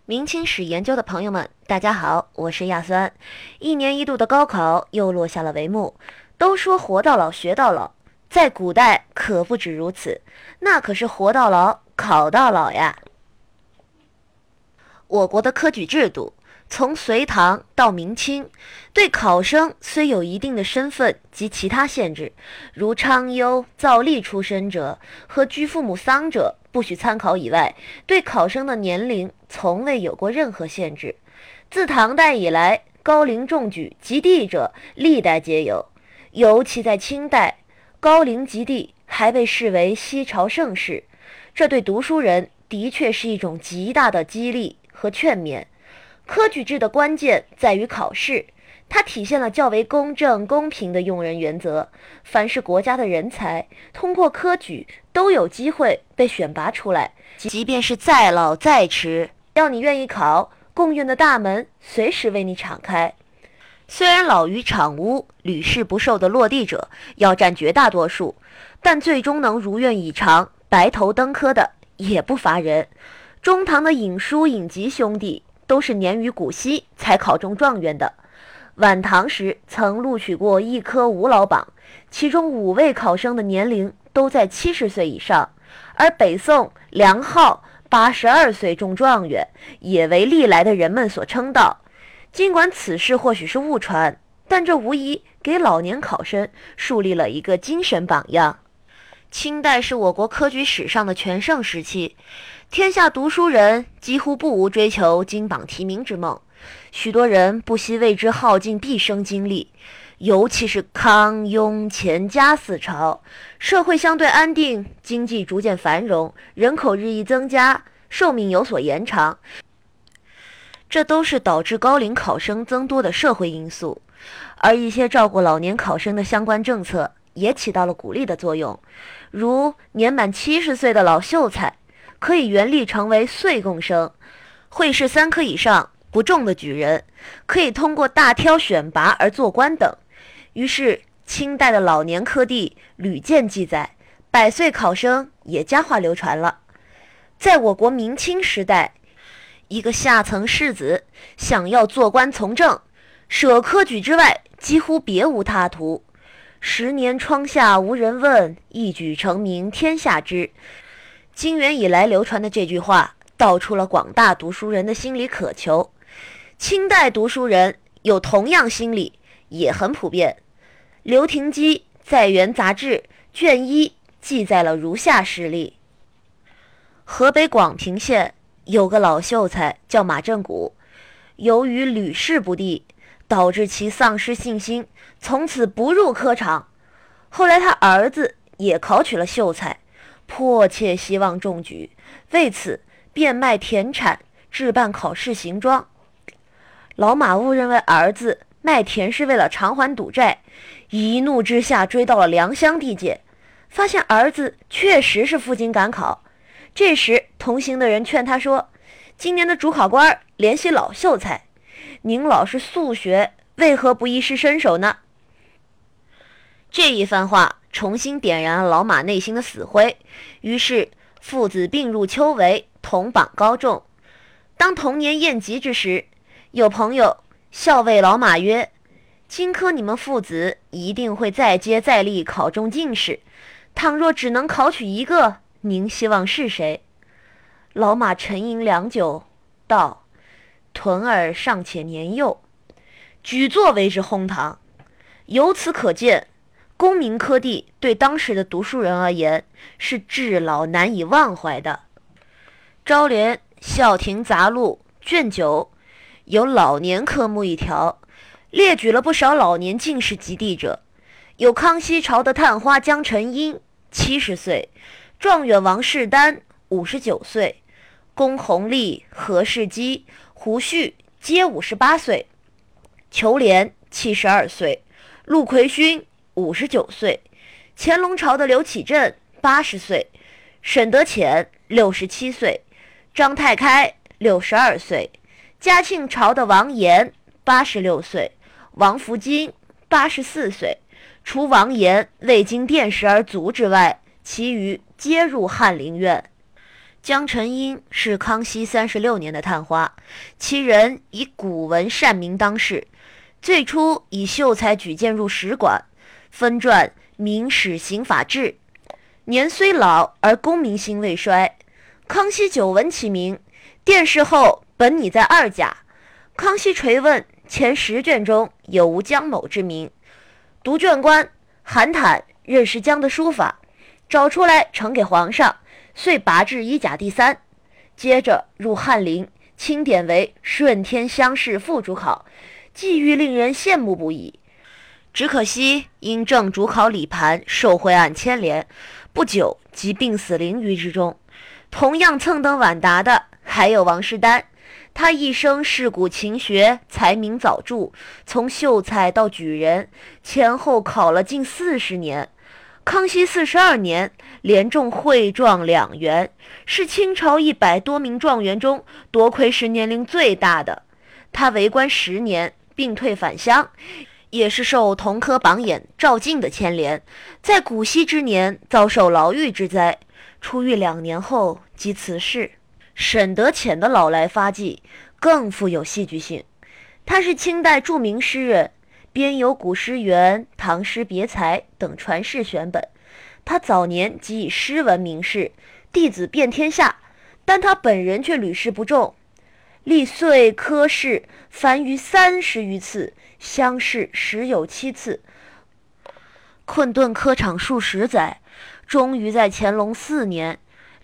明清史研究的朋友们，大家好，我是亚酸。一年一度的高考又落下了帷幕。都说活到老学到老，在古代可不止如此，那可是活到老考到老呀。我国的科举制度从隋唐到明清，对考生虽有一定的身份及其他限制，如昌优、造吏出身者和居父母丧者不许参考以外，对考生的年龄从未有过任何限制。自唐代以来，高龄中举及第者历代皆有，尤其在清代，高龄及第还被视为西朝盛事，这对读书人的确是一种极大的激励和劝勉。科举制的关键在于考试，它体现了较为公正公平的用人原则。凡是国家的人才，通过科举都有机会被选拔出来，即便是再老再迟，只要你愿意考，贡院的大门随时为你敞开。虽然老于场屋、屡试不受的落地者要占绝大多数，但最终能如愿以偿、白头登科的也不乏人。中唐的尹叔、尹吉兄弟都是年逾古稀才考中状元的。晚唐时曾录取过一科五老榜，其中5位考生的年龄都在70岁以上，而北宋梁浩82岁中状元，也为历来的人们所称道。尽管此事或许是误传，但这无疑给老年考生树立了一个精神榜样。清代是我国科举史上的全盛时期，天下读书人几乎不无追求金榜题名之梦，许多人不惜为之耗尽毕生精力。尤其是康雍乾嘉4朝，社会相对安定，经济逐渐繁荣，人口日益增加，寿命有所延长，这都是导致高龄考生增多的社会因素。而一些照顾老年考生的相关政策也起到了鼓励的作用，如年满70岁的老秀才可以原历成为岁贡生，会试3科以上不中的举人可以通过大挑选拔而做官等。于是清代的老年科第屡见记载，100岁考生也佳话流传了。在我国明清时代，一个下层士子想要做官从政，舍科举之外几乎别无他途。10年窗下无人问，一举成名天下知。金元以来流传的这句话道出了广大读书人的心理渴求。清代读书人有同样心理，也很普遍。刘廷基在元杂志卷1记载了如下事例：河北广平县有个老秀才叫马振谷，由于屡试不第，导致其丧失信心，从此不入科场。后来他儿子也考取了秀才，迫切希望中举，为此变卖田产置办考试行装。老马误认为儿子卖田是为了偿还赌债，一怒之下追到了良乡地界，发现儿子确实是负荆赶考。这时同行的人劝他说，今年的主考官联系老秀才，您老是速学，为何不一试身手呢？这一番话重新点燃了老马内心的死灰，于是父子并入秋闱，同榜高中。当同年宴集之时，有朋友笑谓老马曰，今科你们父子一定会再接再厉，考中进士，倘若只能考取一个，您希望是谁？老马沉吟良久，道，屯儿尚且年幼，举座为之哄堂。由此可见，功名科第对当时的读书人而言是至老难以忘怀的。昭联孝廷杂录卷9有老年科目一条，列举了不少老年进士及第者。有康熙朝的探花江澄英70岁，状元王士丹59岁，龚弘历、何世基、胡旭皆58岁，裘连72岁，陆奎勋59岁，乾隆朝的刘启镇80岁，沈德潜67岁，张太开62岁，嘉庆朝的王延86岁，王福金84岁。除王延未经殿试而卒之外，其余皆入翰林院。 江澄英是康熙36年的探花，其人以古文善名当世，最初以秀才举荐入史馆，分撰《明史刑法志》。年虽老而功名心未衰。康熙久闻其名，殿试后本拟在2甲。康熙垂问前10卷中有无江某之名，读卷官韩坦认识江的书法，找出来呈给皇上，遂拔至1甲第3。接着入翰林，钦点为顺天乡试副主考，际遇令人羡慕不已。只可惜因正主考李盘受贿案牵连，不久即病死囹圄之中。同样蹭登晚达的还有王士丹，他一生仕古勤学，才名早著，从秀才到举人，前后考了近40年。康熙42年连中会状2元，是清朝100多名状元中夺魁时年龄最大的。他为官10年，病退返乡，也是受同科榜眼赵进的牵连，在古稀之年遭受牢狱之灾，出狱2年后即辞世。沈德潜的老来发迹更富有戏剧性，他是清代著名诗人，编有《古诗源》《唐诗别裁》等传世选本。他早年即以诗文名士，弟子遍天下，但他本人却屡试不中，历岁科试凡于30余次，乡试10有7次，困顿科场数10载，终于在乾隆4年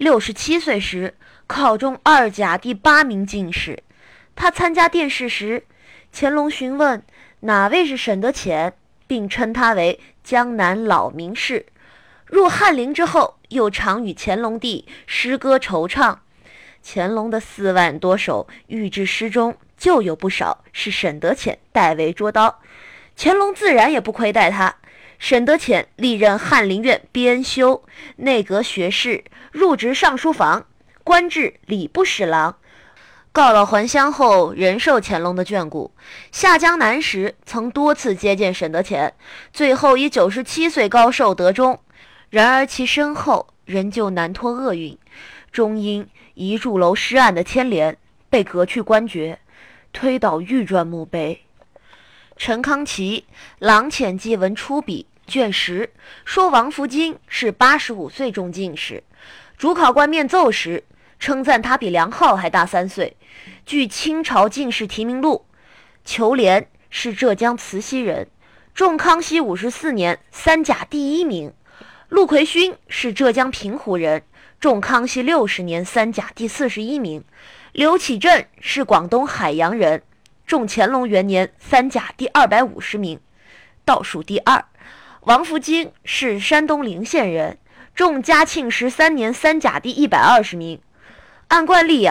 67岁时考中2甲第8名进士。他参加殿试时，乾隆询问哪位是沈德潜，并称他为江南老名士。入翰林之后，又常与乾隆帝诗歌惆怅。乾隆的4万多首御制诗中，就有不少是沈德潜代为捉刀。乾隆自然也不亏待他。沈德潜历任翰林院编修、内阁学士，入职尚书房，官至礼部侍郎。告老还乡后，仍受乾隆的眷顾。下江南时，曾多次接见沈德潜，最后以97岁高寿得终。然而其身后仍旧难脱厄运，终因遗筑楼失案的牵连，被革去官爵，推倒御撰墓碑。陈康祺《郎潜记文初笔》卷10说王福金是85岁中进士，主考官面奏时称赞他比梁浩还大3岁。据清朝进士提名录，裘连是浙江慈溪人，中康熙54年3甲第1名。陆奎勋是浙江平湖人，中康熙60年3甲第41名。刘启正是广东海洋人，中乾隆元年3甲第250名，倒数第2。王福金是山东临县人，中嘉庆13年3甲第120名。按惯例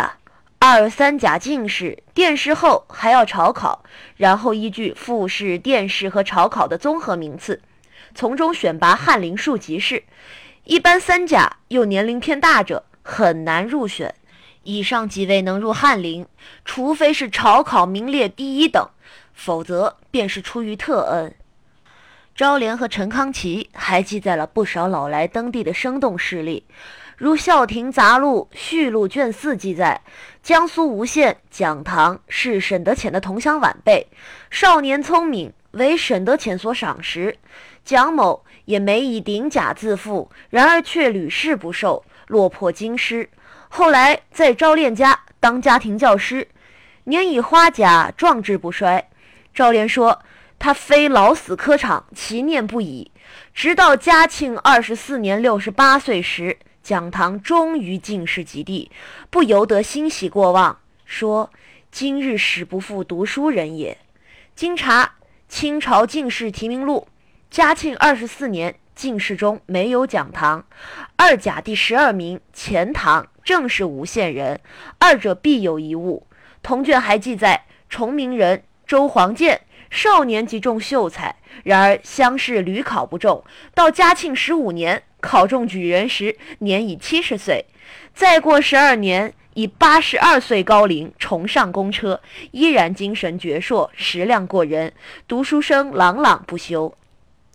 2、3甲进士殿试后还要朝考，然后依据复试、殿试和朝考的综合名次，从中选拔翰林庶吉士。一般3甲又年龄偏大者很难入选。以上几位能入翰林，除非是朝考名列第1等，否则便是出于特恩。昭莲和陈康祺还记载了不少老来登第的生动事例，如《孝亭杂录》续录卷4记载，江苏吴县蒋唐是沈德潜的同乡晚辈，少年聪明，为沈德潜所赏识。蒋某也没以顶甲自负，然而却屡试不受，落魄京师。后来在昭莲家当家庭教师，年已花甲，壮志不衰。昭莲说，他非老死科场，其念不已。直到嘉庆24年68岁时，蒋唐终于进士及第，不由得欣喜过望，说今日始不负读书人也。经查清朝进士提名录，嘉庆24年进士中没有蒋唐，2甲第12名钱塘正是吴县人，二者必有一误。同卷还记载崇明人周煌建少年即中秀才，然而乡试屡考不中，到嘉庆15年考中举人时年已70岁，再过12年以82岁高龄重上公车，依然精神矍铄，识量过人，读书声朗朗不休。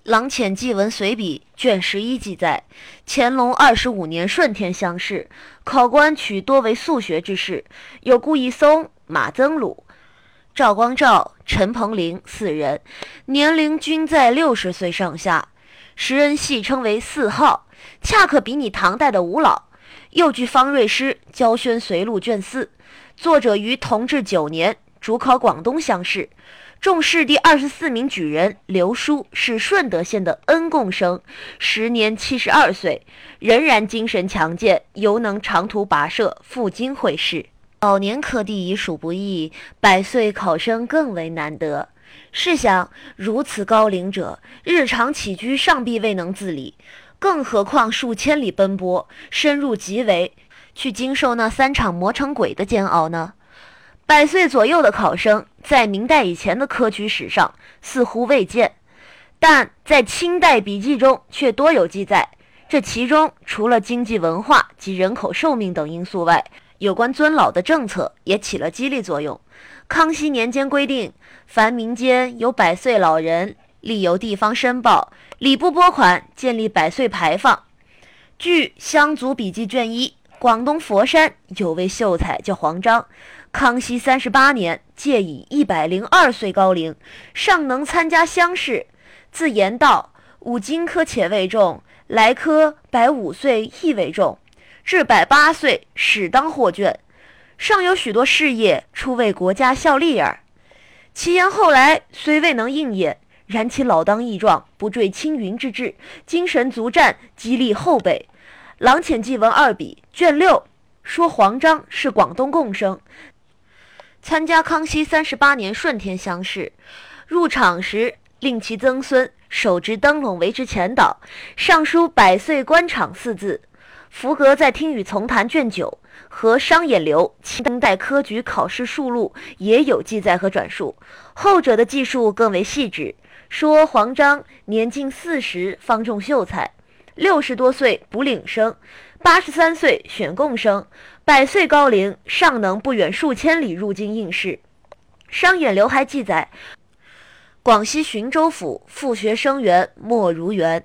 郎潜记文随笔卷11记载，乾隆25年顺天乡试，考官取多为素学之士，有顾一松、马增鲁、赵光照、陈鹏龄4人，年龄均在60岁上下。时人戏称为4号，恰可比拟唐代的吴老。又据方瑞诗《焦宣随录》卷4，作者于同治9年主考广东乡试，中试第24名举人刘书是顺德县的恩贡生，时年72岁，仍然精神强健，犹能长途跋涉赴京会试。老年科第已属不易，100岁考生更为难得。试想，如此高龄者，日常起居尚必未能自理，更何况数千里奔波，深入极为，去经受那3场磨成鬼的煎熬呢？100岁左右的考生，在明代以前的科举史上似乎未见，但在清代笔记中却多有记载。这其中除了经济文化及人口寿命等因素外，有关尊老的政策也起了激励作用。康熙年间规定，凡民间有100岁老人，立由地方申报，礼部拨款建立100岁牌坊。据《乡族笔记》卷1，广东佛山有位秀才叫黄章，康熙38年届以102岁高龄，尚能参加乡试。自言道：吾今科且未中，来科105岁亦未中，至108岁始当获卷，尚有许多事业出为国家效力耳。其言后来虽未能应验，然其老当益壮，不坠青云之志，精神足战，激励后辈。郎潜记文2笔卷6说黄章是广东贡生，参加康熙38年顺天乡试，入场时令其曾孙手执灯笼为之前导，上书100岁官场4字。福格在《听雨丛谈》卷9和商衍流清代科举考试述录也有记载和转述，后者的记述更为细致，说黄章年近40方中秀才，60多岁补领生，83岁选贡生，100岁高龄尚能不远数千里入京应试。商衍流还记载，广西浔州府复学生员莫如元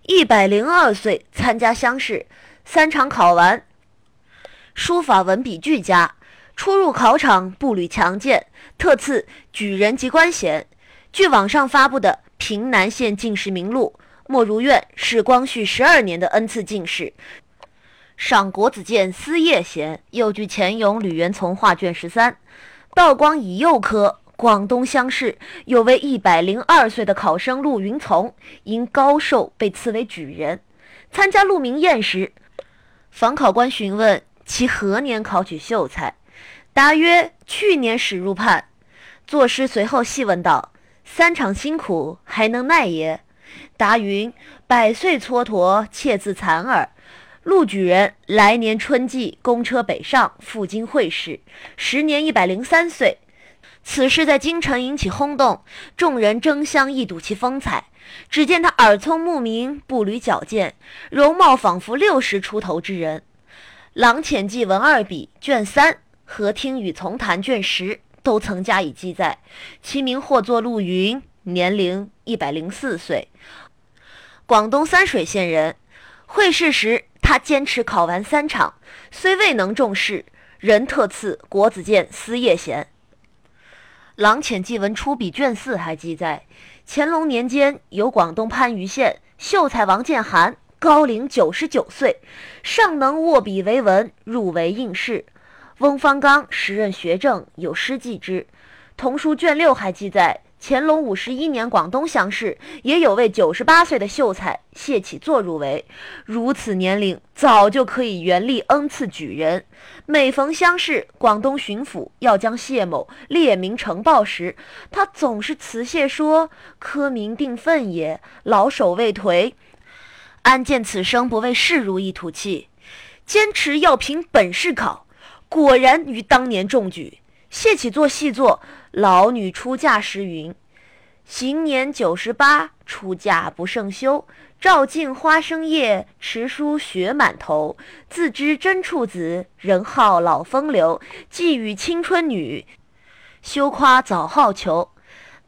，102岁参加乡试，3场考完，书法文笔俱佳，初入考场步履强健，特赐举人及官衔。据网上发布的平南县进士名录，莫如愿是光绪12年的恩赐进士，赏国子监司业衔。又据钱永《吕元从话》卷13，道光乙酉科广东乡试有位102岁的考生陆云从，因高寿被赐为举人。参加录名宴时，访考官询问其何年考取秀才，答曰去年始入判。作诗随后细问道：3场辛苦还能耐耶？答云：100岁蹉跎切自残耳。陆举人来年春季公车北上赴京会试，时年103岁。此事在京城引起轰动，众人争相一睹其风采。只见他耳聪目明，步履矫健，容貌仿佛60出头之人。郎潜记文2笔卷3和听雨丛谈卷10都曾加以记载，其名或作陆云，年龄104岁，广东三水县人。会试时他坚持考完3场，虽未能中试，仍特赐国子监司业衔。郎潜记文初笔卷4还记载，乾隆年间有广东番禺县秀才王建涵，高龄99岁，尚能握笔为文，入围应试。翁方刚时任学政，有诗记之。同书卷6还记载，乾隆51年广东乡试也有位98岁的秀才谢启作入围，如此年龄早就可以原力恩赐举人。每逢乡试，广东巡抚要将谢某列名呈报时，他总是辞谢说：科名定分也，老手未颓，安见此生不为仕如一吐气，坚持要凭本事考，果然于当年中举。谢启作细作老女出嫁时云：行年98，出嫁不胜休，照镜花生叶，持书雪满头。自知真处子，仍好老风流。寄语青春女，休夸早好逑。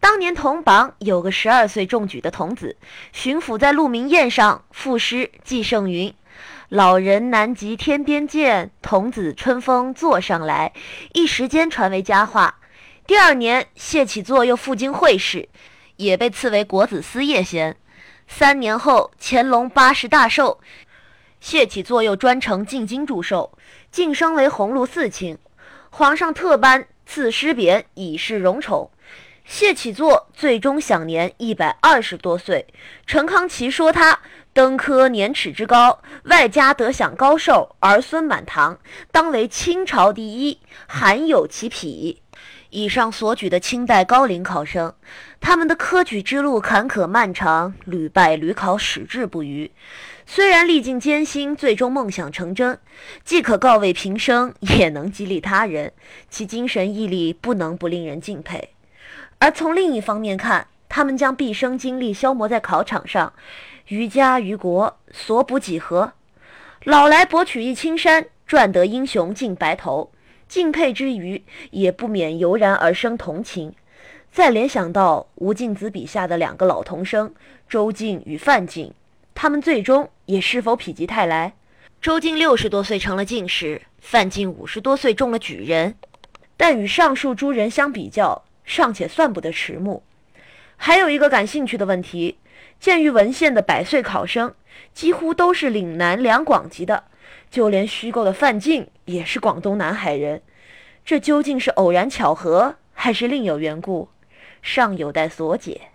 当年同榜有个12岁中举的童子，巡抚在鹿鸣宴上赋诗寄圣云：老人南极天边见，童子春风座上来，一时间传为佳话。第二年，谢启作又赴京会试，也被赐为国子司业衔。3年后，乾隆80大寿，谢启作又专程进京祝寿，晋升为鸿胪4卿。皇上特颁赐诗匾以示荣宠。谢启作最终享年120多岁。陈康祺说他登科年齿之高，外加得享高寿，儿孙满堂，当为清朝第一，罕有其匹。以上所举的清代高龄考生，他们的科举之路坎坷漫长，屡败屡考，矢志不渝。虽然历尽艰辛，最终梦想成真，既可告慰平生，也能激励他人，其精神毅力不能不令人敬佩。而从另一方面看，他们将毕生精力消磨在考场上，于家于国所补几何？老来博取一青山，赚得英雄尽白头。敬佩之余，也不免油然而生同情。再联想到吴敬梓笔下的2个老童生周进与范进，他们最终也是否否极泰来？周进60多岁成了进士，范进50多岁中了举人，但与上述诸人相比较，尚且算不得迟暮。还有一个感兴趣的问题，鉴于文献的100岁考生几乎都是岭南两广籍的，就连虚构的范进也是广东南海人，这究竟是偶然巧合，还是另有缘故？尚有待所解。